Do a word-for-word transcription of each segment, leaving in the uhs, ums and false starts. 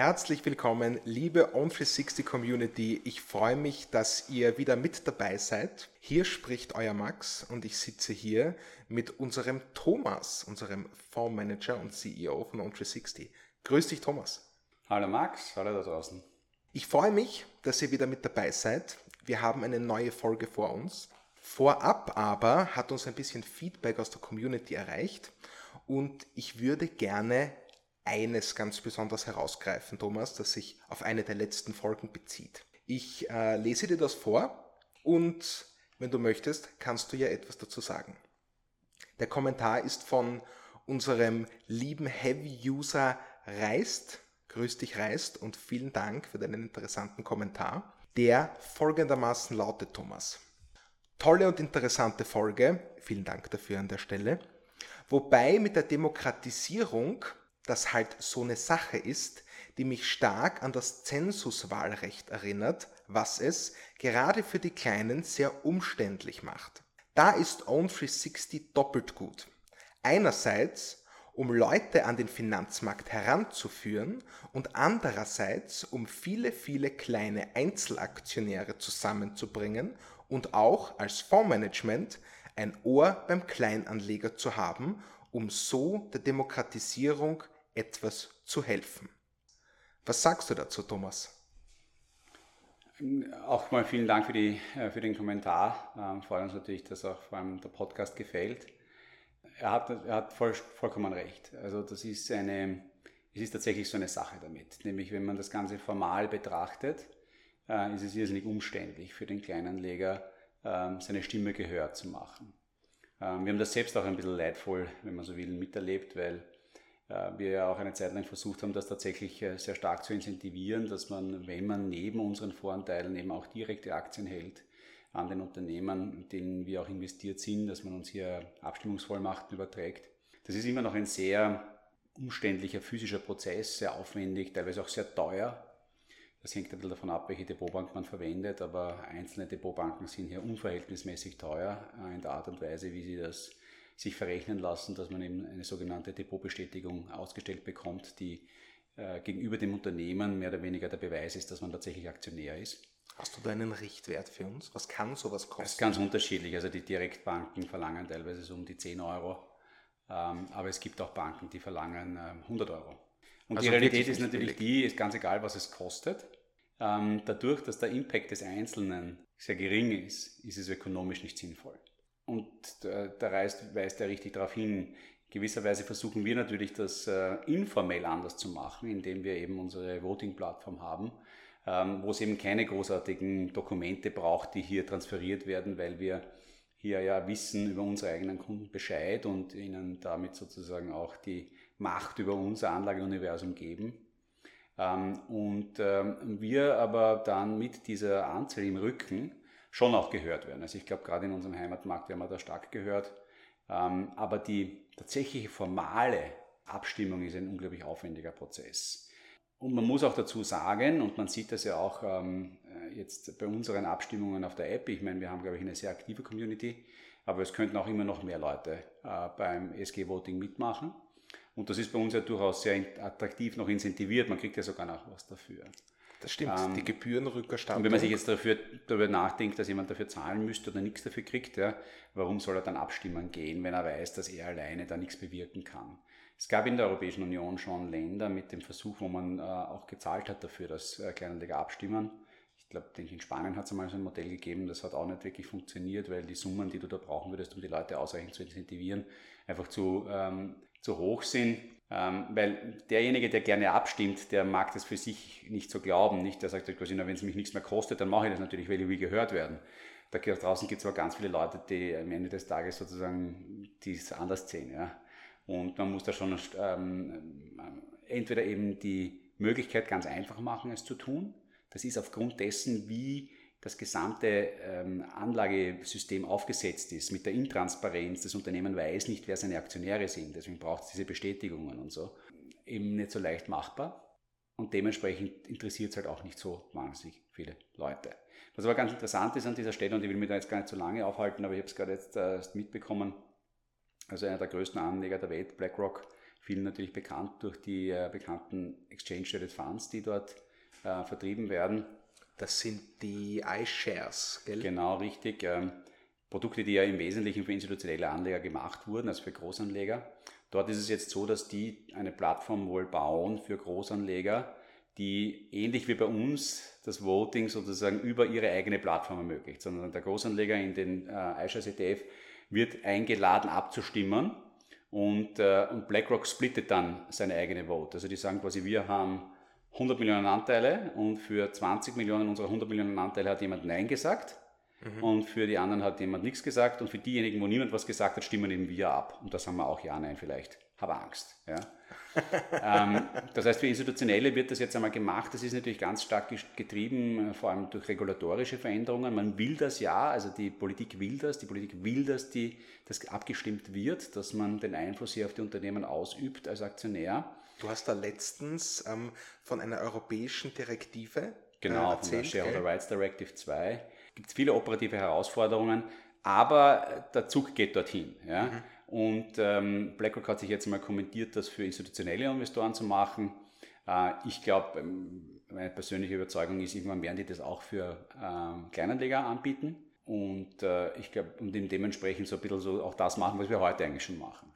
Herzlich willkommen, liebe On dreihundertsechzig Community. Ich freue mich, dass ihr wieder mit dabei seid. Hier spricht euer Max und ich sitze hier mit unserem Thomas, unserem Fondsmanager und C E O von On dreihundertsechzig. Grüß dich, Thomas. Hallo Max, hallo da draußen. Ich freue mich, dass ihr wieder mit dabei seid. Wir haben eine neue Folge vor uns. Vorab aber hat uns ein bisschen Feedback aus der Community erreicht und ich würde gerne eines ganz besonders herausgreifen, Thomas, das sich auf eine der letzten Folgen bezieht. Ich äh, lese dir das vor und wenn du möchtest, kannst du ja etwas dazu sagen. Der Kommentar ist von unserem lieben Heavy-User Reist. Grüß dich, Reist, und vielen Dank für deinen interessanten Kommentar, der folgendermaßen lautet, Thomas. Tolle und interessante Folge, vielen Dank dafür an der Stelle, wobei mit der Demokratisierung das halt so eine Sache ist, die mich stark an das Zensuswahlrecht erinnert, was es gerade für die Kleinen sehr umständlich macht. Da ist On dreihundertsechzig doppelt gut. Einerseits, um Leute an den Finanzmarkt heranzuführen und andererseits, um viele, viele kleine Einzelaktionäre zusammenzubringen und auch als Fondsmanagement ein Ohr beim Kleinanleger zu haben, um so der Demokratisierung etwas zu helfen. Was sagst du dazu, Thomas? Auch mal vielen Dank für, die, für den Kommentar. Ähm, freut uns natürlich, dass auch vor allem der Podcast gefällt. Er hat, er hat voll, vollkommen recht. Also das ist eine, es ist tatsächlich so eine Sache damit. Nämlich, wenn man das Ganze formal betrachtet, äh, ist es irrsinnig umständlich für den Kleinanleger, äh, seine Stimme gehört zu machen. Ähm, wir haben das selbst auch ein bisschen leidvoll, wenn man so will, miterlebt, weil wir ja auch eine Zeit lang versucht haben, das tatsächlich sehr stark zu incentivieren, dass man, wenn man neben unseren Voranteilen eben auch direkte Aktien hält an den Unternehmen, in denen wir auch investiert sind, dass man uns hier Abstimmungsvollmachten überträgt. Das ist immer noch ein sehr umständlicher physischer Prozess, sehr aufwendig, teilweise auch sehr teuer. Das hängt ein bisschen davon ab, welche Depotbank man verwendet, aber einzelne Depotbanken sind hier unverhältnismäßig teuer in der Art und Weise, wie sie das sich verrechnen lassen, dass man eben eine sogenannte Depotbestätigung ausgestellt bekommt, die äh, gegenüber dem Unternehmen mehr oder weniger der Beweis ist, dass man tatsächlich Aktionär ist. Hast du da einen Richtwert für uns? Was kann sowas kosten? Das ist ganz unterschiedlich. Also die Direktbanken verlangen teilweise so um die zehn Euro, ähm, aber es gibt auch Banken, die verlangen äh, hundert Euro. Und also die Realität ist natürlich billig. Die, ist ganz egal, was es kostet. Ähm, dadurch, dass der Impact des Einzelnen sehr gering ist, ist es ökonomisch nicht sinnvoll. Und äh, da weist, weist er richtig darauf hin. In gewisser Weise versuchen wir natürlich, das äh, informell anders zu machen, indem wir eben unsere Voting-Plattform haben, ähm, wo es eben keine großartigen Dokumente braucht, die hier transferiert werden, weil wir hier ja wissen über unsere eigenen Kunden Bescheid und ihnen damit sozusagen auch die Macht über unser Anlageuniversum geben. Ähm, und ähm, wir aber dann mit dieser Anzahl im Rücken schon auch gehört werden. Also ich glaube, gerade in unserem Heimatmarkt werden wir da stark gehört. Ähm, aber die tatsächliche formale Abstimmung ist ein unglaublich aufwendiger Prozess. Und man muss auch dazu sagen, und man sieht das ja auch ähm, jetzt bei unseren Abstimmungen auf der App, ich meine, wir haben, glaube ich, eine sehr aktive Community, aber es könnten auch immer noch mehr Leute äh, beim E S G-Voting mitmachen. Und das ist bei uns ja durchaus sehr attraktiv noch incentiviert, man kriegt ja sogar noch was dafür. Das stimmt, ähm, die Gebührenrückerstattung. Und wenn man sich jetzt dafür, darüber nachdenkt, dass jemand dafür zahlen müsste oder nichts dafür kriegt, ja, warum soll er dann abstimmen gehen, wenn er weiß, dass er alleine da nichts bewirken kann? Es gab in der Europäischen Union schon Länder mit dem Versuch, wo man äh, auch gezahlt hat dafür, dass äh, Kleinanleger abstimmen. Ich glaube, in Spanien hat es einmal so ein Modell gegeben, das hat auch nicht wirklich funktioniert, weil die Summen, die du da brauchen würdest, um die Leute ausreichend zu incentivieren, einfach zu, ähm, zu hoch sind. Ähm, weil derjenige, der gerne abstimmt, der mag das für sich nicht so glauben. Nicht? Der sagt quasi, na, wenn es mich nichts mehr kostet, dann mache ich das natürlich, weil ich will gehört werden. Da draußen gibt es aber ganz viele Leute, die am Ende des Tages sozusagen dies anders sehen. Ja? Und man muss da schon ähm, entweder eben die Möglichkeit ganz einfach machen, es zu tun. Das ist aufgrund dessen, wie das gesamte ähm, Anlagesystem aufgesetzt ist, mit der Intransparenz. Das Unternehmen weiß nicht, wer seine Aktionäre sind, deswegen braucht es diese Bestätigungen und so. Eben nicht so leicht machbar und dementsprechend interessiert es halt auch nicht so wahnsinnig viele Leute. Was aber ganz interessant ist an dieser Stelle, und ich will mich da jetzt gar nicht so lange aufhalten, aber ich habe es gerade jetzt äh, mitbekommen, also einer der größten Anleger der Welt, BlackRock, vielen natürlich bekannt durch die äh, bekannten Exchange-Traded Funds, die dort äh, vertrieben werden. Das sind die iShares, gell? Genau, richtig. Ähm, Produkte, die ja im Wesentlichen für institutionelle Anleger gemacht wurden, also für Großanleger. Dort ist es jetzt so, dass die eine Plattform wohl bauen für Großanleger, die ähnlich wie bei uns das Voting sozusagen über ihre eigene Plattform ermöglicht. Sondern der Großanleger in den äh, iShares E T F wird eingeladen abzustimmen und, äh, und BlackRock splittet dann seine eigene Vote. Also die sagen quasi, wir haben hundert Millionen Anteile und für zwanzig Millionen unserer hundert Millionen Anteile hat jemand Nein gesagt. Mhm. Und für die anderen hat jemand nichts gesagt und für diejenigen, wo niemand was gesagt hat, stimmen eben wir ab. Und da sagen wir auch ja, nein, vielleicht. Habe Angst. Ja. ähm, das heißt, für Institutionelle wird das jetzt einmal gemacht. Das ist natürlich ganz stark getrieben, vor allem durch regulatorische Veränderungen. Man will das ja, also die Politik will das. Die Politik will, dass die, das abgestimmt wird, dass man den Einfluss hier auf die Unternehmen ausübt als Aktionär. Du hast da letztens ähm, von einer europäischen Direktive Genau, äh, erzählt, von der Shareholder Rights Directive zwei. Gibt es viele operative Herausforderungen, aber der Zug geht dorthin. Ja? Mhm. Und ähm, BlackRock hat sich jetzt mal kommentiert, das für institutionelle Investoren zu machen. Äh, ich glaube, ähm, meine persönliche Überzeugung ist, irgendwann werden die das auch für ähm, Kleinanleger anbieten. Und äh, ich glaube, und dementsprechend so ein bisschen so auch das machen, was wir heute eigentlich schon machen.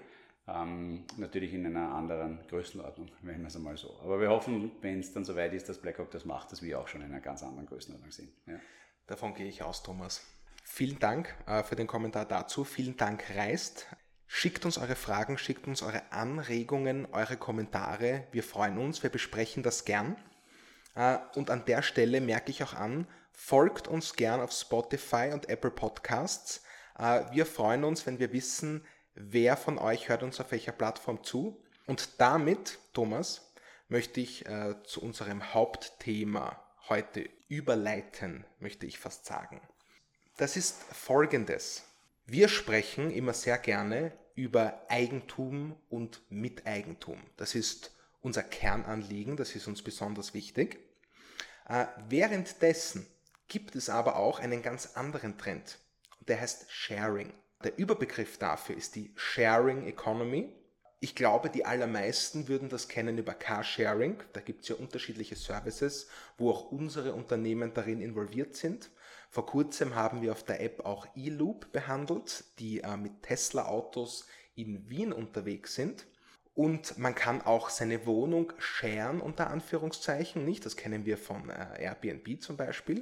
Ja? ähm, natürlich in einer anderen Größenordnung, wenn wir es einmal so. Aber wir hoffen, wenn es dann soweit ist, dass BlackRock das macht, dass wir auch schon in einer ganz anderen Größenordnung sind. Ja? Davon gehe ich aus, Thomas. Vielen Dank äh, für den Kommentar dazu. Vielen Dank, Reist. Schickt uns eure Fragen, schickt uns eure Anregungen, eure Kommentare. Wir freuen uns, wir besprechen das gern. Äh, und an der Stelle merke ich auch an, folgt uns gern auf Spotify und Apple Podcasts. Äh, wir freuen uns, wenn wir wissen, wer von euch hört uns auf welcher Plattform zu. Und damit, Thomas, möchte ich äh, zu unserem Hauptthema heute überleiten, möchte ich fast sagen. Das ist Folgendes. Wir sprechen immer sehr gerne über Eigentum und Miteigentum. Das ist unser Kernanliegen, das ist uns besonders wichtig. Äh, währenddessen gibt es aber auch einen ganz anderen Trend. Der heißt Sharing. Der Überbegriff dafür ist die Sharing Economy. Ich glaube, die allermeisten würden das kennen über Carsharing. Da gibt es ja unterschiedliche Services, wo auch unsere Unternehmen darin involviert sind. Vor kurzem haben wir auf der App auch eLoop behandelt, die äh, mit Tesla-Autos in Wien unterwegs sind. Und man kann auch seine Wohnung sharen, unter Anführungszeichen, nicht? Das kennen wir von äh, Airbnb zum Beispiel.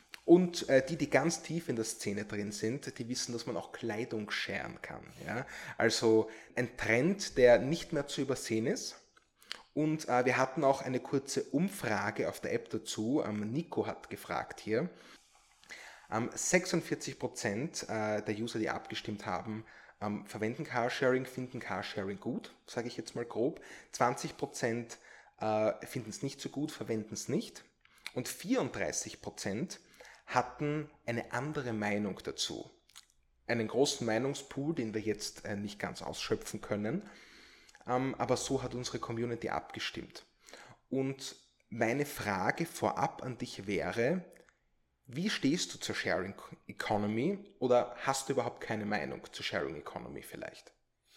Und äh, die, die ganz tief in der Szene drin sind, die wissen, dass man auch Kleidung sharen kann. Ja? Also ein Trend, der nicht mehr zu übersehen ist. Und äh, wir hatten auch eine kurze Umfrage auf der App dazu. Ähm, Nico hat gefragt hier. Ähm, sechsundvierzig Prozent äh, der User, die abgestimmt haben, ähm, verwenden Carsharing, finden Carsharing gut, sage ich jetzt mal grob. zwanzig Prozent äh, finden es nicht so gut, verwenden es nicht. Und vierunddreißig Prozent hatten eine andere Meinung dazu. Einen großen Meinungspool, den wir jetzt äh, nicht ganz ausschöpfen können. Ähm, aber so hat unsere Community abgestimmt. Und meine Frage vorab an dich wäre, wie stehst du zur Sharing Economy oder hast du überhaupt keine Meinung zur Sharing Economy vielleicht?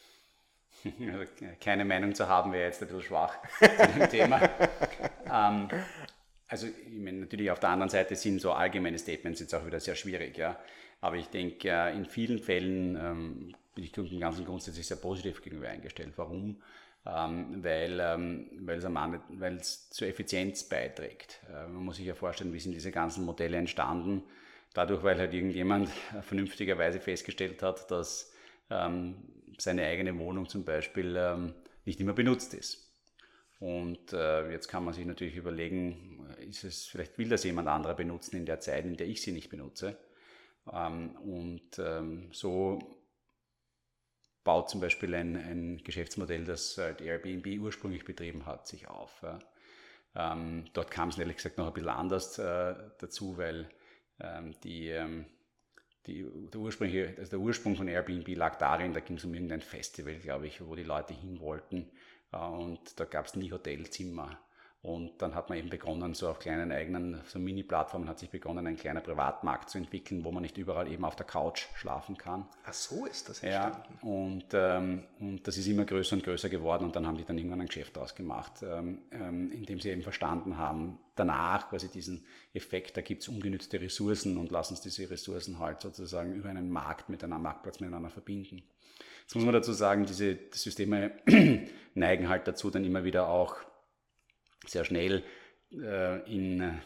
Also, keine Meinung zu haben wäre jetzt ein bisschen schwach zu dem Thema. ähm, also ich meine, natürlich auf der anderen Seite sind so allgemeine Statements jetzt auch wieder sehr schwierig. Ja? Aber ich denke, in vielen Fällen ähm, bin ich dem Ganzen grundsätzlich sehr positiv gegenüber eingestellt. Warum? Ähm, weil ähm, weil es am Ende, weil es zur Effizienz beiträgt. Äh, man muss sich ja vorstellen, wie sind diese ganzen Modelle entstanden, dadurch, weil halt irgendjemand vernünftigerweise festgestellt hat, dass ähm, seine eigene Wohnung zum Beispiel ähm, nicht immer benutzt ist. Und äh, jetzt kann man sich natürlich überlegen, ist es, vielleicht will das jemand anderer benutzen in der Zeit, in der ich sie nicht benutze. Ähm, und ähm, so baut zum Beispiel ein, ein Geschäftsmodell, das halt Airbnb ursprünglich betrieben hat, sich auf. Ja. Ähm, dort kam es ehrlich gesagt noch ein bisschen anders äh, dazu, weil ähm, die, ähm, die, der, ursprüngliche, also der Ursprung von Airbnb lag darin, da ging es um irgendein Festival, glaube ich, wo die Leute hin wollten äh, und da gab es nie Hotelzimmer. Und dann hat man eben begonnen, so auf kleinen eigenen, so Mini-Plattformen hat sich begonnen, ein kleiner Privatmarkt zu entwickeln, wo man nicht überall eben auf der Couch schlafen kann. Ach so ist das entstanden. Ja, und, ähm, und das ist immer größer und größer geworden und dann haben die dann irgendwann ein Geschäft daraus gemacht, ähm, ähm, indem sie eben verstanden haben, danach quasi diesen Effekt, da gibt es ungenützte Ressourcen und lassen uns diese Ressourcen halt sozusagen über einen Markt mit einem Marktplatz miteinander verbinden. Jetzt muss man dazu sagen, diese Systeme neigen halt dazu, dann immer wieder auch sehr schnell äh, in, äh,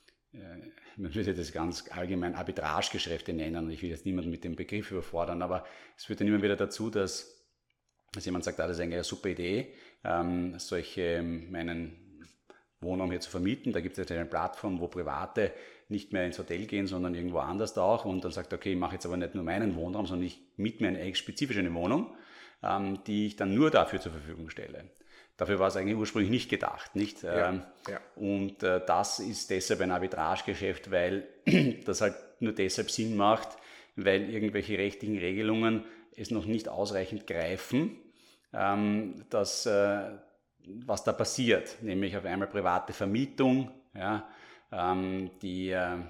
man würde das ganz allgemein Arbitragegeschäfte nennen und ich will jetzt niemanden mit dem Begriff überfordern, aber es führt dann immer wieder dazu, dass, dass jemand sagt, ah, das ist eigentlich eine super Idee, ähm, solche meinen Wohnraum hier zu vermieten. Da gibt es jetzt eine Plattform, wo Private nicht mehr ins Hotel gehen, sondern irgendwo anders auch und dann sagt, okay, ich mache jetzt aber nicht nur meinen Wohnraum, sondern ich miete mir eine spezifische Wohnung, ähm, die ich dann nur dafür zur Verfügung stelle. Dafür war es eigentlich ursprünglich nicht gedacht, nicht? Ja, ähm, ja. Und äh, das ist deshalb ein Arbitragegeschäft, weil das halt nur deshalb Sinn macht, weil irgendwelche rechtlichen Regelungen es noch nicht ausreichend greifen, ähm, dass, äh, was da passiert, nämlich auf einmal private Vermietung, ja, ähm, die äh,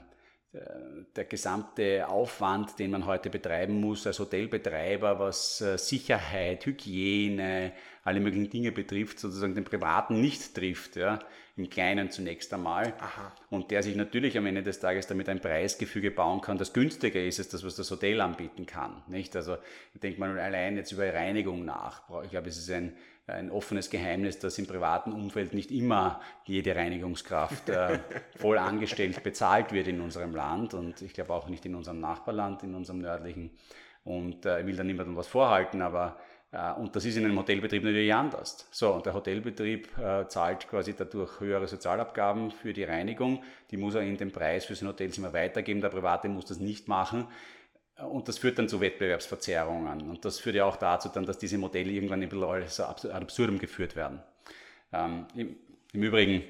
der gesamte Aufwand, den man heute betreiben muss als Hotelbetreiber, was Sicherheit, Hygiene, alle möglichen Dinge betrifft, sozusagen den Privaten nicht trifft, ja, im Kleinen zunächst einmal. Aha. Und der sich natürlich am Ende des Tages damit ein Preisgefüge bauen kann, das günstiger ist als das, was das Hotel anbieten kann. Nicht? Also denkt man allein jetzt über Reinigung nach. Ich glaube, es ist ein ein offenes Geheimnis, dass im privaten Umfeld nicht immer jede Reinigungskraft äh, voll angestellt bezahlt wird in unserem Land und ich glaube auch nicht in unserem Nachbarland, in unserem nördlichen. Und äh, ich will da niemandem was vorhalten, aber äh, und das ist in einem Hotelbetrieb natürlich anders. So, und der Hotelbetrieb äh, zahlt quasi dadurch höhere Sozialabgaben für die Reinigung, die muss er in den Preis für sein Hotelzimmer weitergeben, der Private muss das nicht machen. Und das führt dann zu Wettbewerbsverzerrungen. Und das führt ja auch dazu, dann, dass diese Modelle irgendwann ein bisschen alles ad absurdum geführt werden. Ähm, im, Im Übrigen,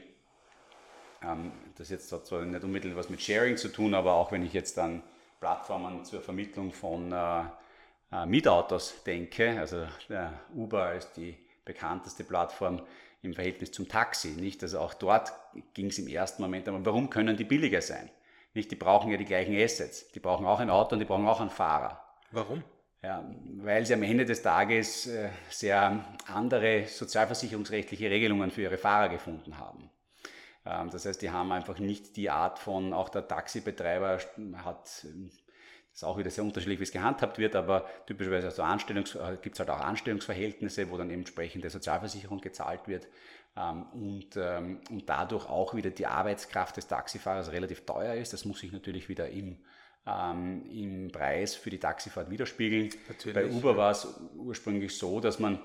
ähm, das jetzt hat zwar nicht unmittelbar was mit Sharing zu tun, aber auch wenn ich jetzt an Plattformen zur Vermittlung von äh, äh, Mietautos denke, also äh, Uber ist die bekannteste Plattform im Verhältnis zum Taxi. Nicht? Also auch dort ging es im ersten Moment, aber warum können die billiger sein? Nicht, die brauchen ja die gleichen Assets. Die brauchen auch ein Auto und die brauchen auch einen Fahrer. Warum? Ja, weil sie am Ende des Tages äh, sehr andere sozialversicherungsrechtliche Regelungen für ihre Fahrer gefunden haben. Ähm, das heißt, die haben einfach nicht die Art von, auch der Taxibetreiber hat, das ist auch wieder sehr unterschiedlich, wie es gehandhabt wird, aber typischerweise also Anstellungs, äh, gibt es halt auch Anstellungsverhältnisse, wo dann eben entsprechende Sozialversicherung gezahlt wird. Und, und dadurch auch wieder die Arbeitskraft des Taxifahrers relativ teuer ist. Das muss sich natürlich wieder im, ähm, im Preis für die Taxifahrt widerspiegeln. Natürlich, Bei Uber ja. war es ursprünglich so, dass man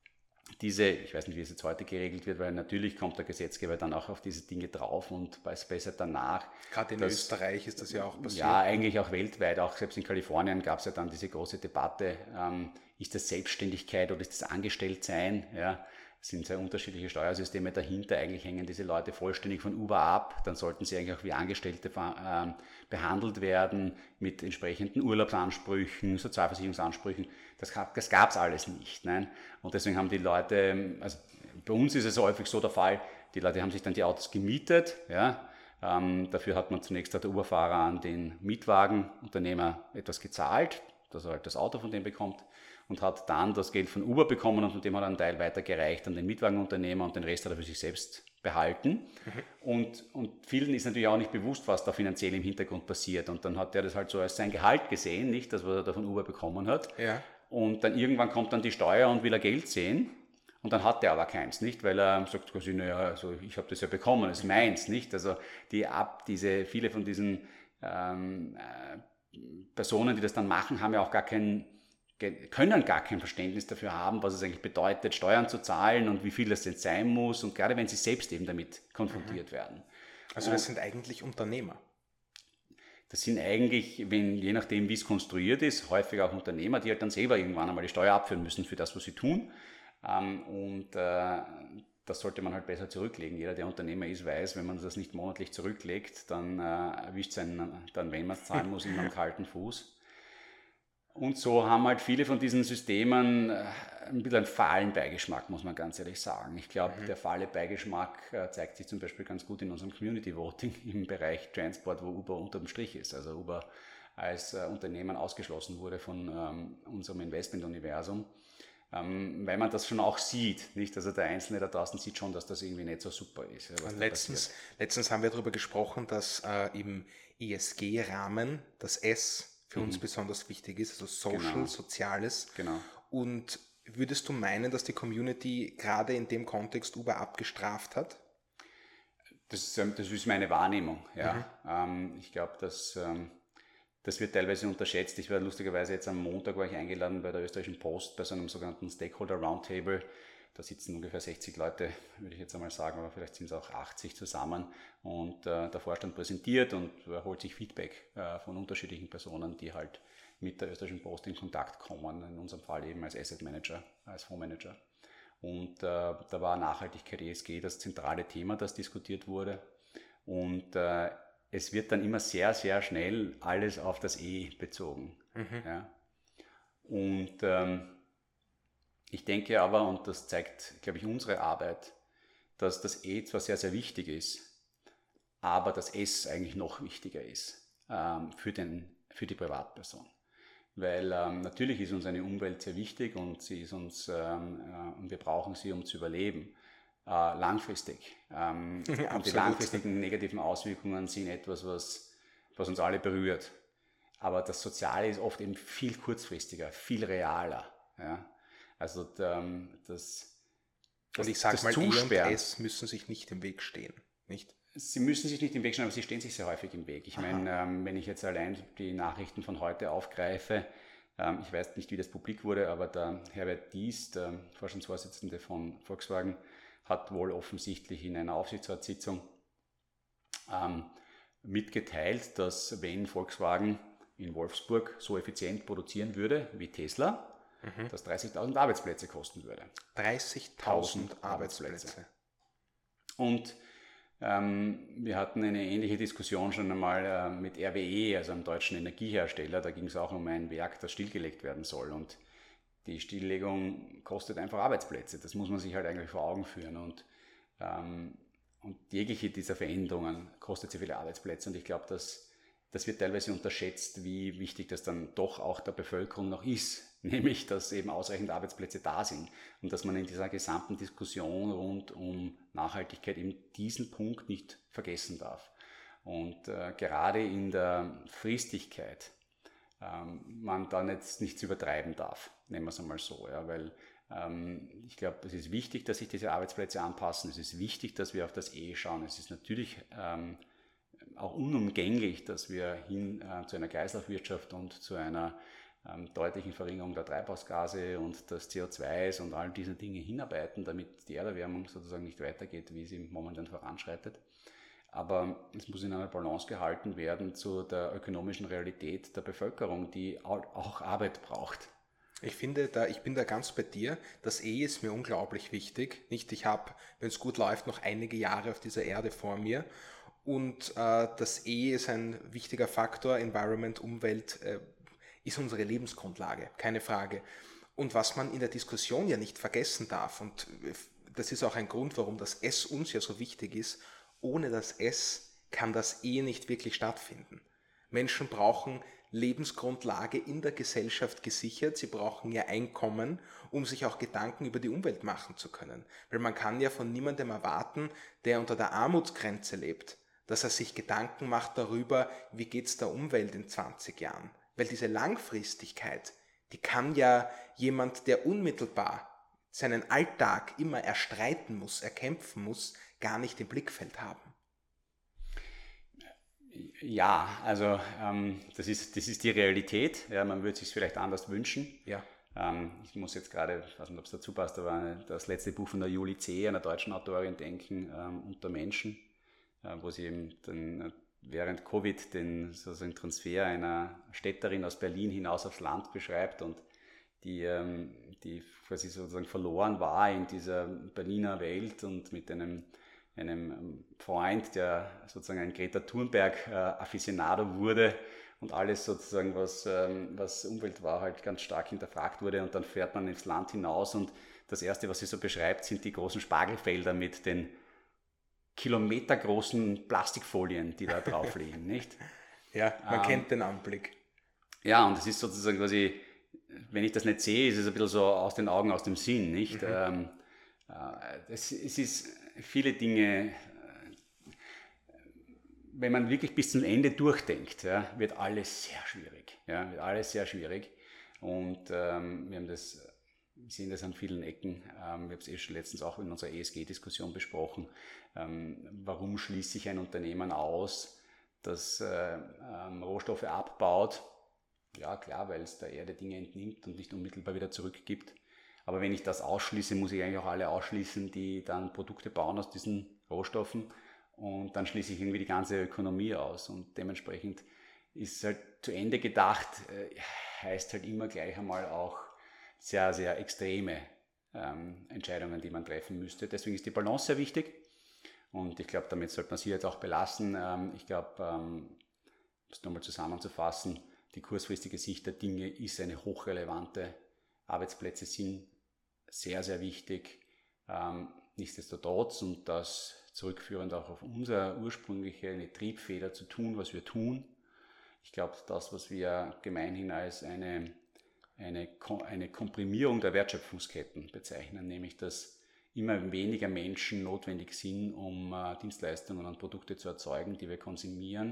diese, ich weiß nicht, wie es jetzt heute geregelt wird, weil natürlich kommt der Gesetzgeber dann auch auf diese Dinge drauf und weiß besser danach. Gerade in dass, Österreich ist das ja auch passiert. Ja, eigentlich auch weltweit, auch selbst in Kalifornien gab es ja dann diese große Debatte, ähm, ist das Selbstständigkeit oder ist das Angestelltsein, ja. Es sind sehr unterschiedliche Steuersysteme dahinter. Eigentlich hängen diese Leute vollständig von Uber ab. Dann sollten sie eigentlich auch wie Angestellte äh, behandelt werden mit entsprechenden Urlaubsansprüchen, Sozialversicherungsansprüchen. Das, das gab es alles nicht. Nein? Und deswegen haben die Leute, also bei uns ist es häufig so der Fall, die Leute haben sich dann die Autos gemietet. Ja? Ähm, dafür hat man zunächst der Uber-Fahrer an den Mietwagenunternehmer etwas gezahlt, dass er halt das Auto von dem bekommt. Und hat dann das Geld von Uber bekommen und von dem hat er einen Teil weitergereicht an den Mietwagenunternehmer und den Rest hat er für sich selbst behalten. Mhm. Und, und vielen ist natürlich auch nicht bewusst, was da finanziell im Hintergrund passiert. Und dann hat er das halt so als sein Gehalt gesehen, nicht das, was er da von Uber bekommen hat. Ja. Und dann irgendwann kommt dann die Steuer und will er Geld sehen. Und dann hat er aber keins, nicht? Weil er sagt quasi, naja, also ich habe das ja bekommen, das ist meins, nicht? Also die ab, diese, viele von diesen ähm, äh, Personen, die das dann machen, haben ja auch gar kein können gar kein Verständnis dafür haben, was es eigentlich bedeutet, Steuern zu zahlen und wie viel das denn sein muss und gerade wenn sie selbst eben damit konfrontiert mhm. werden. Also das und sind eigentlich Unternehmer? Das sind eigentlich, wenn, je nachdem wie es konstruiert ist, häufig auch Unternehmer, die halt dann selber irgendwann einmal die Steuer abführen müssen für das, was sie tun und äh, das sollte man halt besser zurücklegen. Jeder, der Unternehmer ist, weiß, wenn man das nicht monatlich zurücklegt, dann äh, erwischt es einen, dann, wenn man es zahlen muss, immer am kalten Fuß. Und so haben halt viele von diesen Systemen ein bisschen einen fahlen Beigeschmack, muss man ganz ehrlich sagen. Ich glaube, mhm. der fahle Beigeschmack äh, zeigt sich zum Beispiel ganz gut in unserem Community Voting im Bereich Transport, wo Uber unterm Strich ist. Also Uber als äh, Unternehmen ausgeschlossen wurde von ähm, unserem Investment-Universum, ähm, weil man das schon auch sieht. Nicht? Also der Einzelne da draußen sieht schon, dass das irgendwie nicht so super ist. Ja, letztens, letztens haben wir darüber gesprochen, dass äh, im E S G-Rahmen das S für mhm. uns besonders wichtig ist, also Social, genau. Soziales. Genau. Und würdest du meinen, dass die Community gerade in dem Kontext Uber abgestraft hat? Das, das ist meine Wahrnehmung, ja. Mhm. Ähm, ich glaube, dass ähm, das wird teilweise unterschätzt. Ich war lustigerweise jetzt am Montag war ich eingeladen bei der Österreichischen Post bei so einem sogenannten Stakeholder Roundtable. Da sitzen ungefähr sechzig Leute, würde ich jetzt einmal sagen, aber vielleicht sind es auch achtzig zusammen. Und äh, der Vorstand präsentiert und äh, holt sich Feedback äh, von unterschiedlichen Personen, die halt mit der Österreichischen Post in Kontakt kommen, in unserem Fall eben als Asset Manager, als Fondsmanager. Und äh, da war Nachhaltigkeit, E S G das zentrale Thema, das diskutiert wurde. Und äh, es wird dann immer sehr, sehr schnell alles auf das E bezogen. Mhm. Ja. Und ähm, ich denke aber, und das zeigt, glaube ich, unsere Arbeit, dass das E zwar sehr, sehr wichtig ist, aber das S eigentlich noch wichtiger ist ähm, für, den, für die Privatperson. Weil ähm, natürlich ist uns eine Umwelt sehr wichtig und sie ist uns ähm, äh, und wir brauchen sie, um zu überleben. Äh, langfristig. Ähm, und die langfristigen negativen Auswirkungen sind etwas, was, was uns alle berührt. Aber das Soziale ist oft eben viel kurzfristiger, viel realer. Ja? Also ähm, das, das, und ich sage mal, E und S müssen sich nicht im Weg stehen, nicht? Sie müssen sich nicht im Weg stehen, aber sie stehen sich sehr häufig im Weg. Ich Aha. meine, ähm, wenn ich jetzt allein die Nachrichten von heute aufgreife, ähm, ich weiß nicht, wie das publik wurde, aber der Herbert Dies, der Vorstandsvorsitzende von Volkswagen, hat wohl offensichtlich in einer Aufsichtsratssitzung ähm, mitgeteilt, dass wenn Volkswagen in Wolfsburg so effizient produzieren würde wie Tesla, mhm. das dreißigtausend Arbeitsplätze kosten würde. dreißigtausend Arbeitsplätze. Und ähm, wir hatten eine ähnliche Diskussion schon einmal äh, mit R W E, also einem deutschen Energiehersteller. Da ging es auch um ein Werk, das stillgelegt werden soll. Und die Stilllegung kostet einfach Arbeitsplätze. Das muss man sich halt eigentlich vor Augen führen. Und, ähm, und jegliche dieser Veränderungen kostet sehr viele Arbeitsplätze. Und ich glaube, dass das wird teilweise unterschätzt, wie wichtig das dann doch auch der Bevölkerung noch ist. Nämlich, dass eben ausreichend Arbeitsplätze da sind. Und dass man in dieser gesamten Diskussion rund um Nachhaltigkeit eben diesen Punkt nicht vergessen darf. Und äh, gerade in der Fristigkeit ähm, man da jetzt nichts übertreiben darf, nennen wir es einmal so, ja, weil ähm, ich glaube, es ist wichtig, dass sich diese Arbeitsplätze anpassen, es ist wichtig, dass wir auf das E schauen, es ist natürlich ähm, auch unumgänglich, dass wir hin äh, zu einer Kreislaufwirtschaft und zu einer ähm, deutlichen Verringerung der Treibhausgase und des C O zwei s und all diese Dinge hinarbeiten, damit die Erderwärmung sozusagen nicht weitergeht, wie sie momentan voranschreitet. Aber es muss in einer Balance gehalten werden zu der ökonomischen Realität der Bevölkerung, die auch Arbeit braucht. Ich finde, da, ich bin da ganz bei dir. Das E ist mir unglaublich wichtig. Nicht, ich habe, wenn es gut läuft, noch einige Jahre auf dieser Erde vor mir. Und äh, das E ist ein wichtiger Faktor. Environment, Umwelt äh, ist unsere Lebensgrundlage, keine Frage. Und was man in der Diskussion ja nicht vergessen darf, und das ist auch ein Grund, warum das S uns ja so wichtig ist, ohne das S kann das E nicht wirklich stattfinden. Menschen brauchen Lebensgrundlage in der Gesellschaft gesichert, sie brauchen ja Einkommen, um sich auch Gedanken über die Umwelt machen zu können. Weil man kann ja von niemandem erwarten, der unter der Armutsgrenze lebt, dass er sich Gedanken macht darüber, wie geht es der Umwelt in zwanzig Jahren. Weil diese Langfristigkeit, die kann ja jemand, der unmittelbar seinen Alltag immer erstreiten muss, erkämpfen muss, gar nicht im Blickfeld haben. Ja, also ähm, das, ist, das ist die Realität. Ja, man würde es sich vielleicht anders wünschen. Ja. Ähm, ich muss jetzt gerade, ich weiß nicht, ob es dazu passt, aber das letzte Buch von der Julie C., einer deutschen Autorin, denken, ähm, unter Menschen, äh, wo sie eben den, während Covid den sozusagen Transfer einer Städterin aus Berlin hinaus aufs Land beschreibt und die, ähm, die quasi sozusagen verloren war in dieser Berliner Welt und mit einem einem Freund, der sozusagen ein Greta Thunberg-Afficionado wurde und alles sozusagen, was, ähm, was Umwelt war, halt ganz stark hinterfragt wurde und dann fährt man ins Land hinaus und das Erste, was sie so beschreibt, sind die großen Spargelfelder mit den kilometergroßen Plastikfolien, die da drauf liegen, nicht? Ja, man ähm, kennt den Anblick. Ja, und das ist sozusagen quasi, wenn ich das nicht sehe, ist es ein bisschen so aus den Augen, aus dem Sinn, nicht? Mhm. Ähm, äh, es, es ist viele Dinge, äh, wenn man wirklich bis zum Ende durchdenkt, ja, wird alles sehr schwierig. Ja, wird alles sehr schwierig. Und ähm, wir haben das, wir sehen das an vielen Ecken. Ähm, wir haben es eh schon letztens auch in unserer E S G-Diskussion besprochen. Ähm, warum schließt sich ein Unternehmen aus, das äh, ähm, Rohstoffe abbaut? Ja, klar, weil es der Erde Dinge entnimmt und nicht unmittelbar wieder zurückgibt. Aber wenn ich das ausschließe, muss ich eigentlich auch alle ausschließen, die dann Produkte bauen aus diesen Rohstoffen. Und dann schließe ich irgendwie die ganze Ökonomie aus. Und dementsprechend ist halt zu Ende gedacht, äh, heißt halt immer gleich einmal auch sehr, sehr extreme ähm, Entscheidungen, die man treffen müsste. Deswegen ist die Balance sehr wichtig. Und ich glaube, damit sollte man sie jetzt auch belassen. Ähm, ich glaube, ähm, um es nochmal zusammenzufassen, die kurzfristige Sicht der Dinge ist eine hochrelevante. Arbeitsplätze sind sehr, sehr wichtig. Ähm, nichtsdestotrotz, und das zurückführend auch auf unsere ursprüngliche eine Triebfeder zu tun, was wir tun. Ich glaube, das, was wir gemeinhin als eine, eine, eine Komprimierung der Wertschöpfungsketten bezeichnen, nämlich dass immer weniger Menschen notwendig sind, um äh, Dienstleistungen und Produkte zu erzeugen, die wir konsumieren,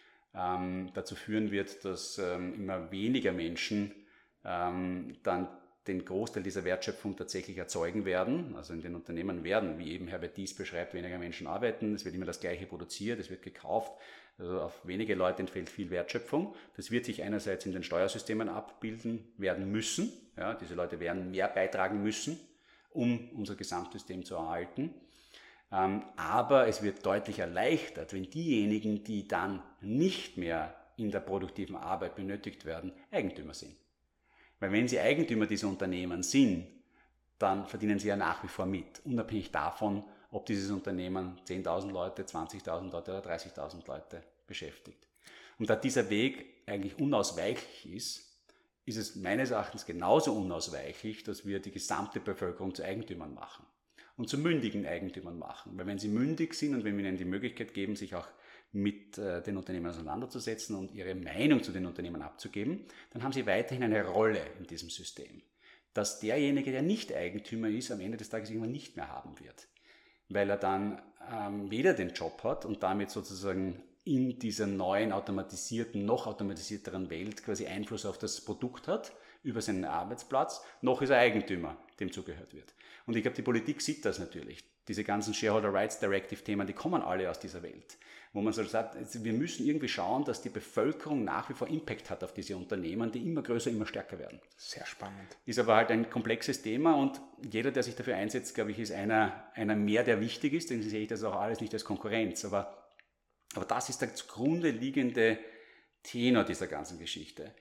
ähm, dazu führen wird, dass ähm, immer weniger Menschen ähm, dann den Großteil dieser Wertschöpfung tatsächlich erzeugen werden. Also in den Unternehmen werden, wie eben Herbert Diess beschreibt, weniger Menschen arbeiten, es wird immer das Gleiche produziert, es wird gekauft, also auf wenige Leute entfällt viel Wertschöpfung. Das wird sich einerseits in den Steuersystemen abbilden werden müssen, ja, diese Leute werden mehr beitragen müssen, um unser Gesamtsystem zu erhalten. Ähm, aber es wird deutlich erleichtert, wenn diejenigen, die dann nicht mehr in der produktiven Arbeit benötigt werden, Eigentümer sind. Weil wenn sie Eigentümer dieser Unternehmen sind, dann verdienen sie ja nach wie vor mit, unabhängig davon, ob dieses Unternehmen zehntausend Leute, zwanzigtausend Leute oder dreißigtausend Leute beschäftigt. Und da dieser Weg eigentlich unausweichlich ist, ist es meines Erachtens genauso unausweichlich, dass wir die gesamte Bevölkerung zu Eigentümern machen und zu mündigen Eigentümern machen. Weil wenn sie mündig sind und wenn wir ihnen die Möglichkeit geben, sich auch mit äh, den Unternehmen auseinanderzusetzen und ihre Meinung zu den Unternehmen abzugeben, dann haben sie weiterhin eine Rolle in diesem System. Dass derjenige, der nicht Eigentümer ist, am Ende des Tages irgendwann nicht mehr haben wird. Weil er dann ähm, weder den Job hat und damit sozusagen in dieser neuen automatisierten, noch automatisierteren Welt quasi Einfluss auf das Produkt hat, über seinen Arbeitsplatz, noch ist er Eigentümer, dem zugehört wird. Und ich glaube, die Politik sieht das natürlich. Diese ganzen Shareholder Rights Directive Themen, die kommen alle aus dieser Welt. Wo man so sagt, wir müssen irgendwie schauen, dass die Bevölkerung nach wie vor Impact hat auf diese Unternehmen, die immer größer, immer stärker werden. Sehr spannend. Ist aber halt ein komplexes Thema und jeder, der sich dafür einsetzt, glaube ich, ist einer, einer mehr, der wichtig ist. Deswegen sehe ich das auch alles nicht als Konkurrenz. Aber, aber das ist der zugrunde liegende Tenor dieser ganzen Geschichte.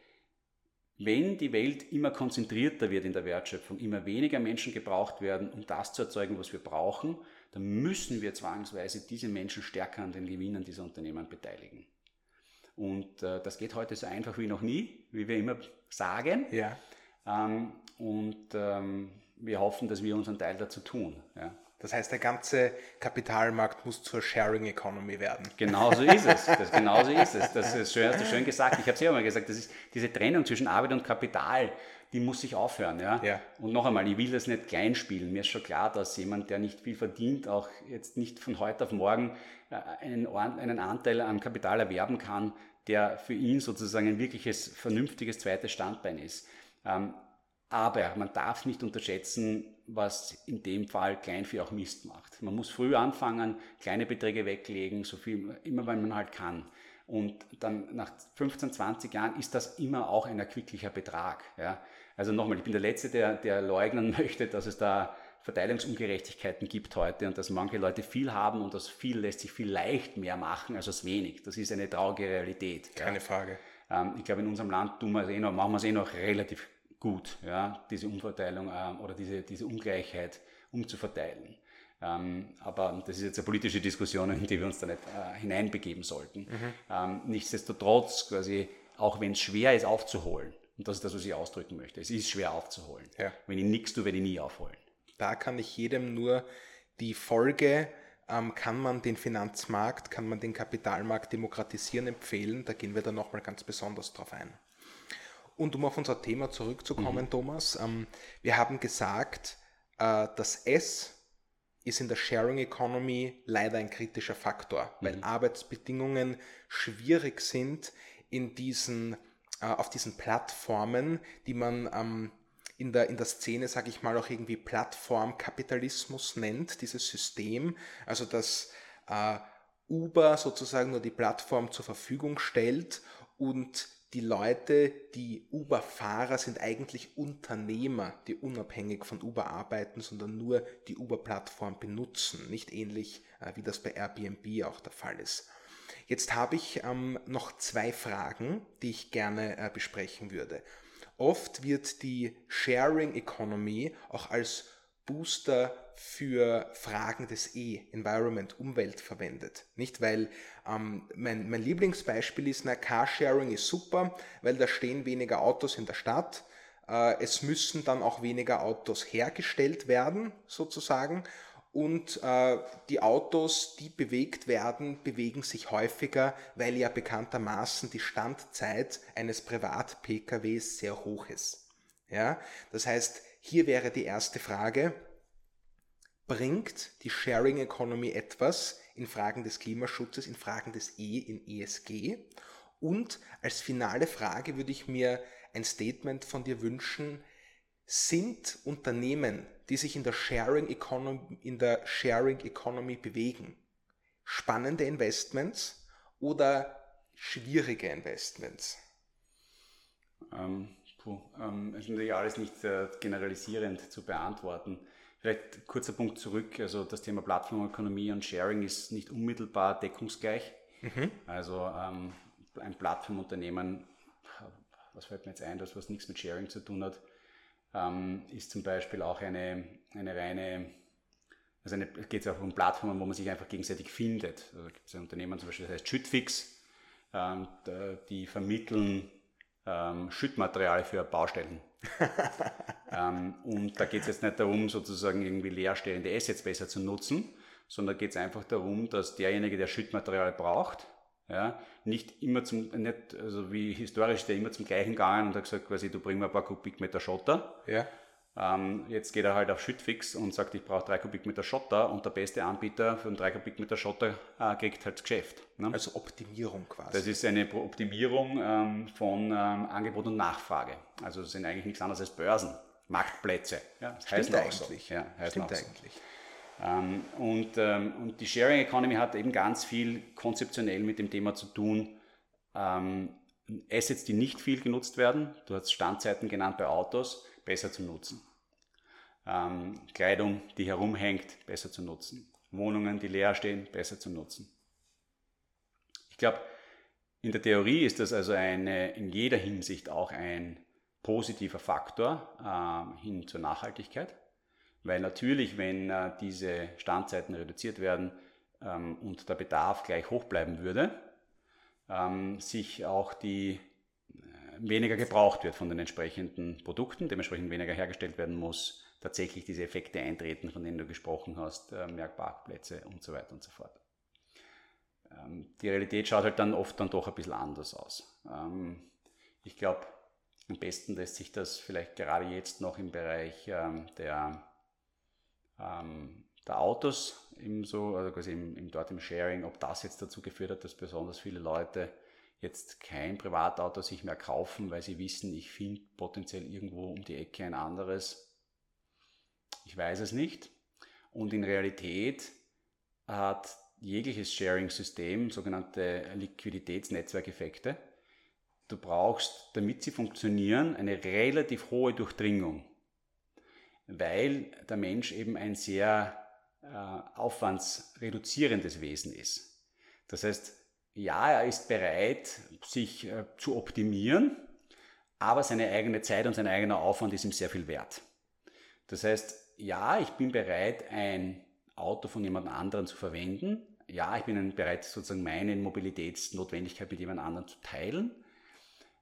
Wenn die Welt immer konzentrierter wird in der Wertschöpfung, immer weniger Menschen gebraucht werden, um das zu erzeugen, was wir brauchen, dann müssen wir zwangsweise diese Menschen stärker an den Gewinnen dieser Unternehmen beteiligen. Und äh, das geht heute so einfach wie noch nie, wie wir immer sagen. Ja. Ähm, und ähm, wir hoffen, dass wir unseren Teil dazu tun. Ja. Das heißt, der ganze Kapitalmarkt muss zur Sharing Economy werden. Genauso ist es. Das, genauso ist es. Das ist schön, hast du schön gesagt. Ich habe es ja mal gesagt, das ist diese Trennung zwischen Arbeit und Kapital, die muss sich aufhören. Ja? Ja. Und noch einmal, ich will das nicht kleinspielen. Mir ist schon klar, dass jemand, der nicht viel verdient, auch jetzt nicht von heute auf morgen einen, einen Anteil an Kapital erwerben kann, der für ihn sozusagen ein wirkliches, vernünftiges zweites Standbein ist. Aber man darf nicht unterschätzen, was in dem Fall Kleinvieh auch Mist macht. Man muss früh anfangen, kleine Beträge weglegen, so viel, immer wenn man halt kann. Und dann nach fünfzehn, zwanzig Jahren ist das immer auch ein erquicklicher Betrag. Ja? Also nochmal, ich bin der Letzte, der, der leugnen möchte, dass es da Verteilungsungerechtigkeiten gibt heute und dass manche Leute viel haben und das viel lässt sich viel leicht mehr machen als das wenig. Das ist eine traurige Realität. Keine ja? Frage. Ähm, ich glaube, in unserem Land tun wir es eh noch, machen wir es eh noch relativ gut, ja, diese Umverteilung ähm, oder diese, diese Ungleichheit umzuverteilen. Ähm, aber das ist jetzt eine politische Diskussion, in die wir uns da nicht äh, hineinbegeben sollten. Mhm. Ähm, nichtsdestotrotz, quasi auch wenn es schwer ist aufzuholen. Und das ist das, was ich ausdrücken möchte. Es ist schwer aufzuholen. Ja. Wenn ich nichts tue, werde ich nie aufholen. Da kann ich jedem nur die Folge, ähm, kann man den Finanzmarkt, kann man den Kapitalmarkt demokratisieren, empfehlen. Da gehen wir dann nochmal ganz besonders drauf ein. Und um auf unser Thema zurückzukommen, mhm. Thomas, ähm, wir haben gesagt, äh, das S ist in der Sharing Economy leider ein kritischer Faktor, mhm. weil Arbeitsbedingungen schwierig sind in diesen, äh, auf diesen Plattformen, die man ähm, in der, in der Szene, sage ich mal, auch irgendwie Plattformkapitalismus nennt, dieses System, also dass äh, Uber sozusagen nur die Plattform zur Verfügung stellt und die Leute, die Uber-Fahrer, sind eigentlich Unternehmer, die unabhängig von Uber arbeiten, sondern nur die Uber-Plattform benutzen, nicht ähnlich äh, wie das bei Airbnb auch der Fall ist. Jetzt habe ich ähm, noch zwei Fragen, die ich gerne äh, besprechen würde. Oft wird die Sharing Economy auch als Booster für Fragen des E, Environment, Umwelt verwendet. Nicht, weil ähm, mein, mein Lieblingsbeispiel ist, na, Carsharing ist super, weil da stehen weniger Autos in der Stadt. Äh, es müssen dann auch weniger Autos hergestellt werden, sozusagen. Und äh, die Autos, die bewegt werden, bewegen sich häufiger, weil ja bekanntermaßen die Standzeit eines Privat-P K Ws sehr hoch ist. Ja? Das heißt, hier wäre die erste Frage, bringt die Sharing Economy etwas in Fragen des Klimaschutzes, in Fragen des E, in E S G? Und als finale Frage würde ich mir ein Statement von dir wünschen, sind Unternehmen, die sich in der Sharing Economy, in der Sharing Economy bewegen, spannende Investments oder schwierige Investments? Ähm, puh, ähm, ist natürlich alles nicht äh, generalisierend zu beantworten. Vielleicht kurzer Punkt zurück, also das Thema Plattformökonomie und Sharing ist nicht unmittelbar deckungsgleich. Mhm. Also ähm, ein Plattformunternehmen, was fällt mir jetzt ein, das was nichts mit Sharing zu tun hat, ähm, ist zum Beispiel auch eine, eine reine, also eine, es geht auch um Plattformen, wo man sich einfach gegenseitig findet. Also da gibt es ein Unternehmen zum Beispiel, das heißt Schüttfix, ähm, die vermitteln ähm, Schüttmaterial für Baustellen. ähm, und da geht es jetzt nicht darum, sozusagen irgendwie leerstehende Assets besser zu nutzen, sondern geht es einfach darum, dass derjenige, der Schüttmaterial braucht, ja, nicht immer zum, nicht, also wie historisch der immer zum gleichen gegangen und hat gesagt, quasi, du bring mir ein paar Kubikmeter Schotter. Ja. Ähm, jetzt geht er halt auf Schüttfix und sagt, ich brauche drei Kubikmeter Schotter und der beste Anbieter für einen drei Kubikmeter Schotter äh, kriegt halt das Geschäft. Ne? Also Optimierung quasi. Das ist eine Optimierung ähm, von ähm, Angebot und Nachfrage. Also das sind eigentlich nichts anderes als Börsen, Marktplätze. Ja, das Stimmt eigentlich. So. Ja, Stimmt eigentlich. So. Ähm, und, ähm, und die Sharing Economy hat eben ganz viel konzeptionell mit dem Thema zu tun. Ähm, Assets, die nicht viel genutzt werden, du hast Standzeiten genannt bei Autos, besser zu nutzen. Ähm, Kleidung, die herumhängt, besser zu nutzen. Wohnungen, die leer stehen, besser zu nutzen. Ich glaube, in der Theorie ist das also eine, in jeder Hinsicht auch ein positiver Faktor äh, hin zur Nachhaltigkeit. Weil natürlich, wenn äh, diese Standzeiten reduziert werden ähm, und der Bedarf gleich hoch bleiben würde, ähm, sich auch die äh, weniger gebraucht wird von den entsprechenden Produkten, dementsprechend weniger hergestellt werden muss, tatsächlich diese Effekte eintreten, von denen du gesprochen hast, äh, mehr Parkplätze und so weiter und so fort. Ähm, die Realität schaut halt dann oft dann doch ein bisschen anders aus. Ähm, ich glaube, am besten lässt sich das vielleicht gerade jetzt noch im Bereich ähm, der der Autos, im so, also quasi im, im, dort im Sharing, ob das jetzt dazu geführt hat, dass besonders viele Leute jetzt kein Privatauto sich mehr kaufen, weil sie wissen, ich finde potenziell irgendwo um die Ecke ein anderes. Ich weiß es nicht. Und in Realität hat jegliches Sharing-System sogenannte Liquiditätsnetzwerkeffekte. Du brauchst, damit sie funktionieren, eine relativ hohe Durchdringung, weil der Mensch eben ein sehr äh, aufwandsreduzierendes Wesen ist. Das heißt, ja, er ist bereit, sich äh, zu optimieren, aber seine eigene Zeit und sein eigener Aufwand ist ihm sehr viel wert. Das heißt, ja, ich bin bereit, ein Auto von jemand anderem zu verwenden. Ja, ich bin bereit, sozusagen meine Mobilitätsnotwendigkeit mit jemand anderem zu teilen.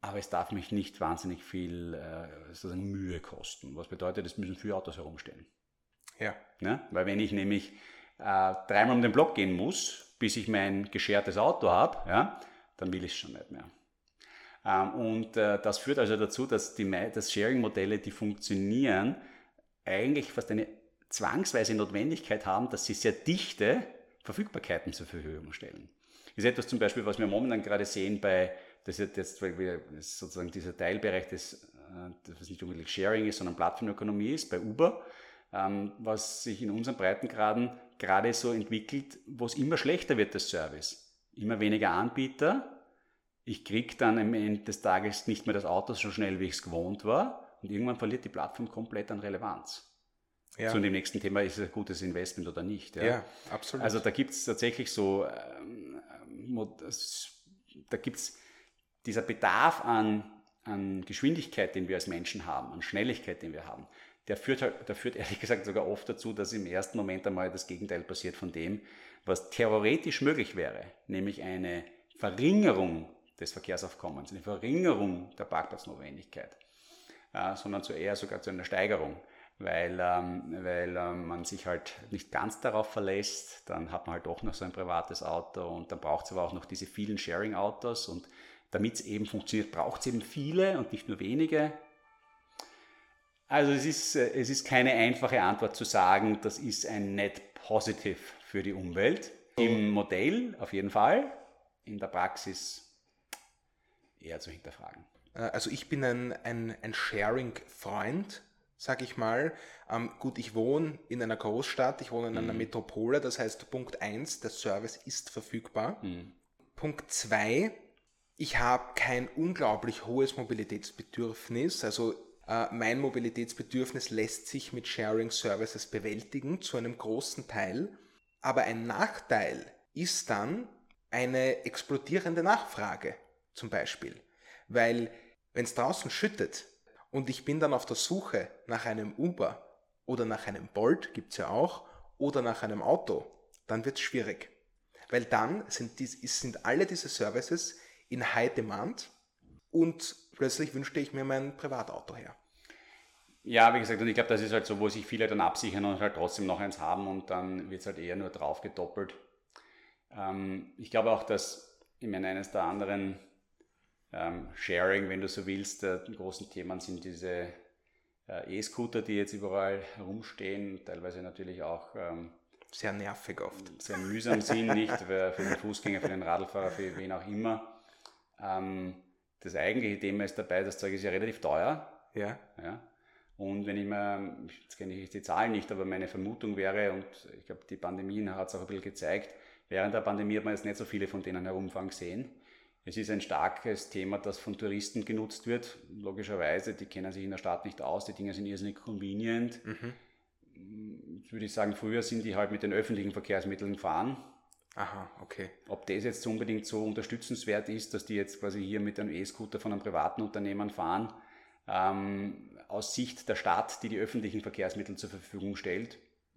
aber es darf mich nicht wahnsinnig viel äh, sozusagen Mühe kosten. Was bedeutet, es müssen viele Autos herumstehen. Ja. Ja? Weil wenn ich nämlich äh, dreimal um den Block gehen muss, bis ich mein geschertes Auto habe, ja, dann will ich es schon nicht mehr. Ähm, und äh, das führt also dazu, dass die dass Sharing-Modelle, die funktionieren, eigentlich fast eine zwangsweise Notwendigkeit haben, dass sie sehr dichte Verfügbarkeiten zur Verfügung stellen. Das ist etwas zum Beispiel, was wir momentan gerade sehen bei, das ist jetzt sozusagen dieser Teilbereich, des, was nicht unbedingt Sharing ist, sondern Plattformökonomie ist, bei Uber, was sich in unseren Breitengraden gerade so entwickelt, wo es immer schlechter wird, das Service. Immer weniger Anbieter. Ich kriege dann am Ende des Tages nicht mehr das Auto so schnell, wie ich es gewohnt war. Und irgendwann verliert die Plattform komplett an Relevanz. Ja. Zu dem nächsten Thema, ist es ein gutes Investment oder nicht. Ja, ja absolut. Also da gibt es tatsächlich so, ähm, da gibt es dieser Bedarf an, an Geschwindigkeit, den wir als Menschen haben, an Schnelligkeit, den wir haben, der führt, halt, der führt ehrlich gesagt sogar oft dazu, dass im ersten Moment einmal das Gegenteil passiert von dem, was theoretisch möglich wäre, nämlich eine Verringerung des Verkehrsaufkommens, eine Verringerung der Parkplatznotwendigkeit, äh, sondern zu eher sogar zu einer Steigerung, weil, ähm, weil ähm, man sich halt nicht ganz darauf verlässt, dann hat man halt doch noch so ein privates Auto und dann braucht es aber auch noch diese vielen Sharing-Autos und damit es eben funktioniert, braucht es eben viele und nicht nur wenige. Also es ist, es ist keine einfache Antwort zu sagen, das ist ein Net Positive für die Umwelt. Im Modell auf jeden Fall, in der Praxis eher zu hinterfragen. Also ich bin ein, ein, ein Sharing-Freund, sage ich mal. Ähm, gut, ich wohne in einer Großstadt, ich wohne in einer mhm. Metropole, das heißt Punkt eins, der Service ist verfügbar. Mhm. Punkt zwei, ich habe kein unglaublich hohes Mobilitätsbedürfnis, also äh, mein Mobilitätsbedürfnis lässt sich mit Sharing-Services bewältigen, zu einem großen Teil, aber ein Nachteil ist dann eine explodierende Nachfrage zum Beispiel, weil wenn es draußen schüttet und ich bin dann auf der Suche nach einem Uber oder nach einem Bolt, gibt es ja auch, oder nach einem Auto, dann wird es schwierig. Weil dann sind, die, sind alle diese Services in High Demand und plötzlich wünschte ich mir mein Privatauto her. Ja, wie gesagt, und ich glaube, das ist halt so, wo sich viele dann absichern und halt trotzdem noch eins haben und dann wird es halt eher nur drauf gedoppelt. Ähm, ich glaube auch, dass, ich meine, eines der anderen ähm, Sharing, wenn du so willst, der großen Themen sind diese äh, E-Scooter, die jetzt überall herumstehen, teilweise natürlich auch ähm, sehr nervig oft. Sehr mühsam sind, nicht für, für den Fußgänger, für den Radlfahrer, für wen auch immer. Ähm, das eigentliche Thema ist dabei, das Zeug ist ja relativ teuer. Ja. Ja. Und wenn ich mir, jetzt kenne ich die Zahlen nicht, aber meine Vermutung wäre, und ich glaube, die Pandemie hat es auch ein bisschen gezeigt, während der Pandemie hat man jetzt nicht so viele von denen herumfahren gesehen. Es ist ein starkes Thema, das von Touristen genutzt wird. Logischerweise, die kennen sich in der Stadt nicht aus, die Dinge sind irrsinnig convenient. Mhm. Jetzt würde ich sagen, früher sind die halt mit den öffentlichen Verkehrsmitteln gefahren. Aha, okay. Ob das jetzt unbedingt so unterstützenswert ist, dass die jetzt quasi hier mit einem E-Scooter von einem privaten Unternehmen fahren, ähm, aus Sicht der Stadt, die die öffentlichen Verkehrsmittel zur Verfügung stellt,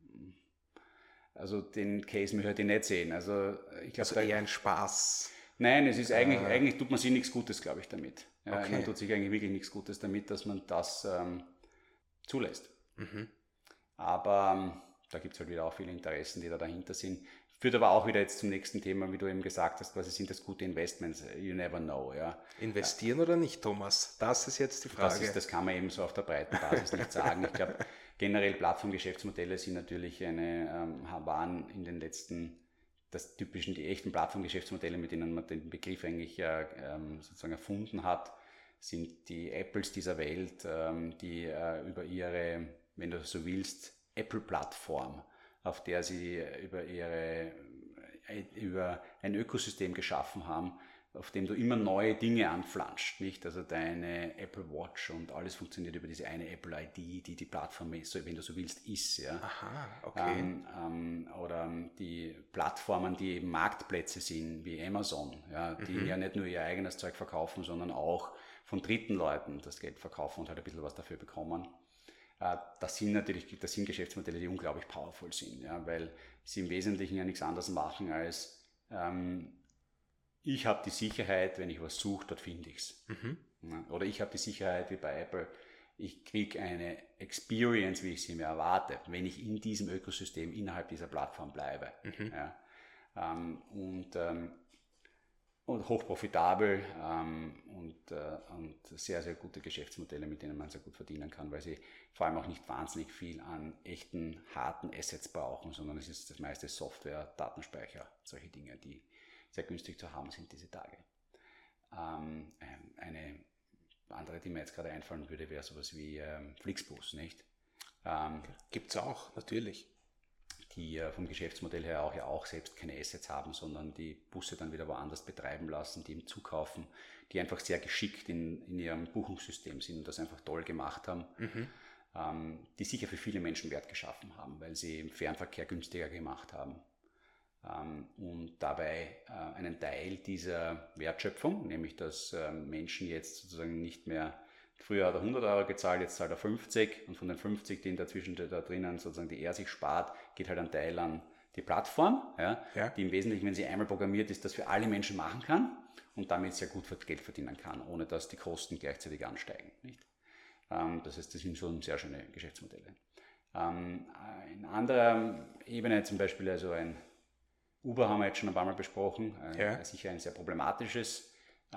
also den Case möchte ich nicht sehen. Also, ich glaub, also eher ein Spaß. Nein, es ist äh, eigentlich, eigentlich tut man sich nichts Gutes, glaube ich, damit. Ja, okay. Man tut sich eigentlich wirklich nichts Gutes damit, dass man das ähm, zulässt. Mhm. Aber ähm, da gibt es halt wieder auch viele Interessen, die da dahinter sind. Führt aber auch wieder jetzt zum nächsten Thema, wie du eben gesagt hast, quasi sind das gute Investments? You never know. Ja. Investieren ja. oder nicht, Thomas? Das ist jetzt die Frage. Das, ist, das kann man eben so auf der breiten Basis nicht sagen. Ich glaube, generell Plattformgeschäftsmodelle sind natürlich eine, ähm, waren in den letzten, das typischen, die echten Plattformgeschäftsmodelle, mit denen man den Begriff eigentlich äh, ähm, sozusagen erfunden hat, sind die Apples dieser Welt, ähm, die äh, über ihre, wenn du so willst, Apple-Plattform, auf der sie über, ihre, über ein Ökosystem geschaffen haben, auf dem du immer neue Dinge anflanscht, nicht? Also deine Apple Watch und alles funktioniert über diese eine Apple I D, die die Plattform, wenn du so willst, ist. Ja? Aha, okay. Ähm, ähm, oder die Plattformen, die eben Marktplätze sind, wie Amazon, ja? Die mhm. ja nicht nur ihr eigenes Zeug verkaufen, sondern auch von dritten Leuten das Geld verkaufen und halt ein bisschen was dafür bekommen. Das sind natürlich, das sind Geschäftsmodelle, die unglaublich powerful sind, ja, weil sie im Wesentlichen ja nichts anderes machen als ähm, ich habe die Sicherheit, wenn ich was suche, dort finde ich es. Mhm. Oder ich habe die Sicherheit wie bei Apple, ich kriege eine Experience, wie ich sie mir erwarte, wenn ich in diesem Ökosystem innerhalb dieser Plattform bleibe. Mhm. Ja. Ähm, und, ähm, und hochprofitabel ähm, und, äh, und sehr, sehr gute Geschäftsmodelle, mit denen man sehr gut verdienen kann, weil sie vor allem auch nicht wahnsinnig viel an echten, harten Assets brauchen, sondern es ist das meiste Software, Datenspeicher, solche Dinge, die sehr günstig zu haben sind diese Tage. Ähm, eine andere, die mir jetzt gerade einfallen würde, wäre sowas wie ähm, Flixbus, nicht? Ähm, Gibt es auch, natürlich. Die äh, vom Geschäftsmodell her auch ja auch selbst keine Assets haben, sondern die Busse dann wieder woanders betreiben lassen, die ihm zukaufen, die einfach sehr geschickt in, in ihrem Buchungssystem sind und das einfach toll gemacht haben, mhm. ähm, die sicher für viele Menschen Wert geschaffen haben, weil sie im Fernverkehr günstiger gemacht haben. Ähm, und dabei äh, einen Teil dieser Wertschöpfung, nämlich dass äh, Menschen jetzt sozusagen nicht mehr, früher hat er hundert Euro gezahlt, jetzt zahlt er fünfzig und von den fünfzig, die dazwischen da drinnen sozusagen, die er sich spart, geht halt ein Teil an die Plattform, ja, ja. die im Wesentlichen, wenn sie einmal programmiert ist, das für alle Menschen machen kann und damit sehr gut Geld verdienen kann, ohne dass die Kosten gleichzeitig ansteigen. Nicht? Ähm, das heißt, das sind schon sehr schöne Geschäftsmodelle. Ähm, in anderer Ebene zum Beispiel also ein Uber haben wir jetzt schon ein paar Mal besprochen, äh, ja. sicher ein sehr problematisches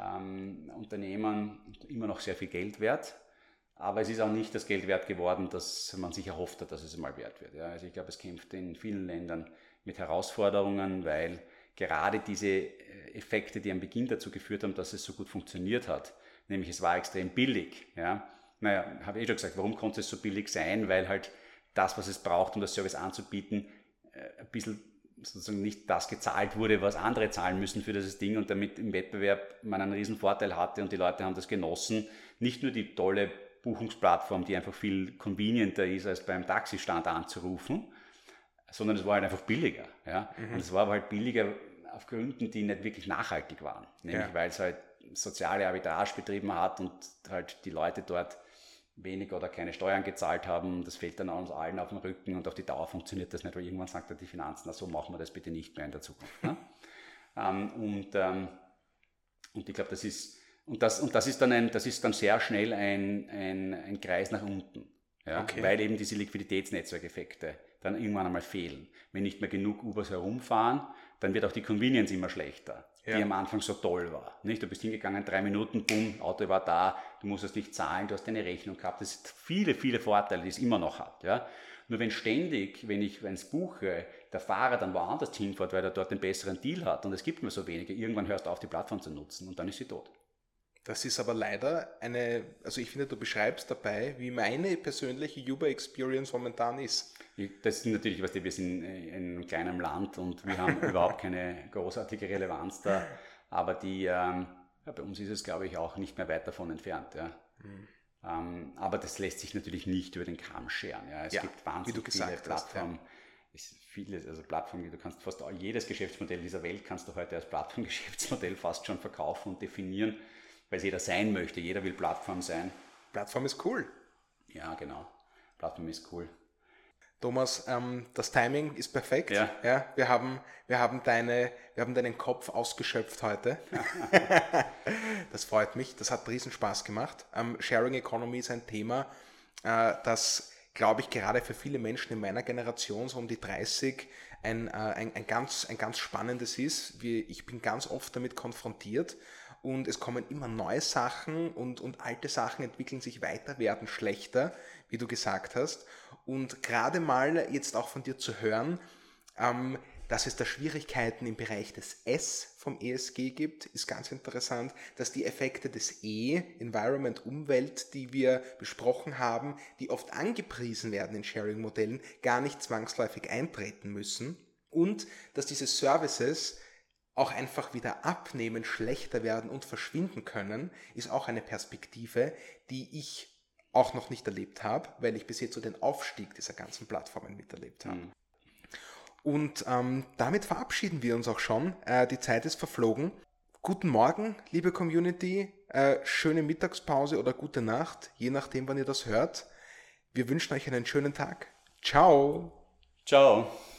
ähm, Unternehmen, immer noch sehr viel Geld wert, aber es ist auch nicht das Geld wert geworden, das man sich erhofft hat, dass es einmal wert wird. Ja. Also ich glaube, es kämpft in vielen Ländern mit Herausforderungen, weil gerade diese Effekte, die am Beginn dazu geführt haben, dass es so gut funktioniert hat, nämlich es war extrem billig. Ja. Naja, habe ich eh schon gesagt, warum konnte es so billig sein? Weil halt das, was es braucht, um das Service anzubieten, ein bisschen sozusagen nicht das gezahlt wurde, was andere zahlen müssen für dieses Ding und damit im Wettbewerb man einen riesen Vorteil hatte und die Leute haben das genossen. Nicht nur die tolle Buchungsplattform, die einfach viel convenienter ist, als beim Taxistand anzurufen, sondern es war halt einfach billiger. Ja? Mhm. Und es war aber halt billiger auf Gründen, die nicht wirklich nachhaltig waren. Nämlich ja. weil es halt soziale Arbitrage betrieben hat und halt die Leute dort wenig oder keine Steuern gezahlt haben, das fällt dann uns allen auf den Rücken und auf die Dauer funktioniert das nicht, weil irgendwann sagt er die Finanzen, na so machen wir das bitte nicht mehr in der Zukunft. Ne? ähm, und, ähm, und ich glaube, das ist und das, und das ist dann ein, das ist dann sehr schnell ein, ein, ein Kreis nach unten, ja? Okay. Weil eben diese Liquiditätsnetzwerkeffekte dann irgendwann einmal fehlen. Wenn nicht mehr genug Ubers herumfahren, dann wird auch die Convenience immer schlechter. Ja. Die am Anfang so toll war. Nicht? Du bist hingegangen, drei Minuten, bumm, Auto war da, du musstest nicht zahlen, du hast deine Rechnung gehabt. Das sind viele, viele Vorteile, die es immer noch hat. Ja? Nur wenn ständig, wenn ich eins buche, der Fahrer dann woanders hinfährt, weil er dort einen besseren Deal hat und es gibt nur so wenige, irgendwann hörst du auf, die Plattform zu nutzen und dann ist sie tot. Das ist aber leider eine, also ich finde, du beschreibst dabei, wie meine persönliche Uber-Experience momentan ist. Das ist natürlich, was wir sind in einem kleinen Land und wir haben überhaupt keine großartige Relevanz da, aber die, ähm, ja, bei uns ist es, glaube ich, auch nicht mehr weit davon entfernt. Ja. Mhm. Ähm, aber das lässt sich natürlich nicht über den Kamm scheren. Ja. Es ja, gibt wahnsinnig viele Plattformen. Ist vieles, also Plattformen, du kannst fast jedes Geschäftsmodell dieser Welt kannst du heute als Plattformgeschäftsmodell fast schon verkaufen und definieren, weil es jeder sein möchte. Jeder will Plattform sein. Plattform ist cool. Ja, genau. Plattform ist cool. Thomas, ähm, das Timing ist perfekt. Ja. Ja, wir haben, wir haben, deine, wir haben deinen Kopf ausgeschöpft heute. Das freut mich. Das hat riesen Spaß gemacht. Ähm, Sharing Economy ist ein Thema, äh, das, glaube ich, gerade für viele Menschen in meiner Generation, so um die dreißig, ein, äh, ein, ein, ganz, ein ganz spannendes ist. Wir, ich bin ganz oft damit konfrontiert. Und es kommen immer neue Sachen und, und alte Sachen entwickeln sich weiter, werden schlechter, wie du gesagt hast. Und gerade mal jetzt auch von dir zu hören, ähm, dass es da Schwierigkeiten im Bereich des S vom E S G gibt, ist ganz interessant, dass die Effekte des E, Environment, Umwelt, die wir besprochen haben, die oft angepriesen werden in Sharing-Modellen, gar nicht zwangsläufig eintreten müssen. Und dass diese Services auch einfach wieder abnehmen, schlechter werden und verschwinden können, ist auch eine Perspektive, die ich auch noch nicht erlebt habe, weil ich bis jetzt so den Aufstieg dieser ganzen Plattformen miterlebt habe. Mhm. Und ähm, damit verabschieden wir uns auch schon. Äh, die Zeit ist verflogen. Guten Morgen, liebe Community, äh, schöne Mittagspause oder gute Nacht, je nachdem, wann ihr das hört. Wir wünschen euch einen schönen Tag. Ciao. Ciao.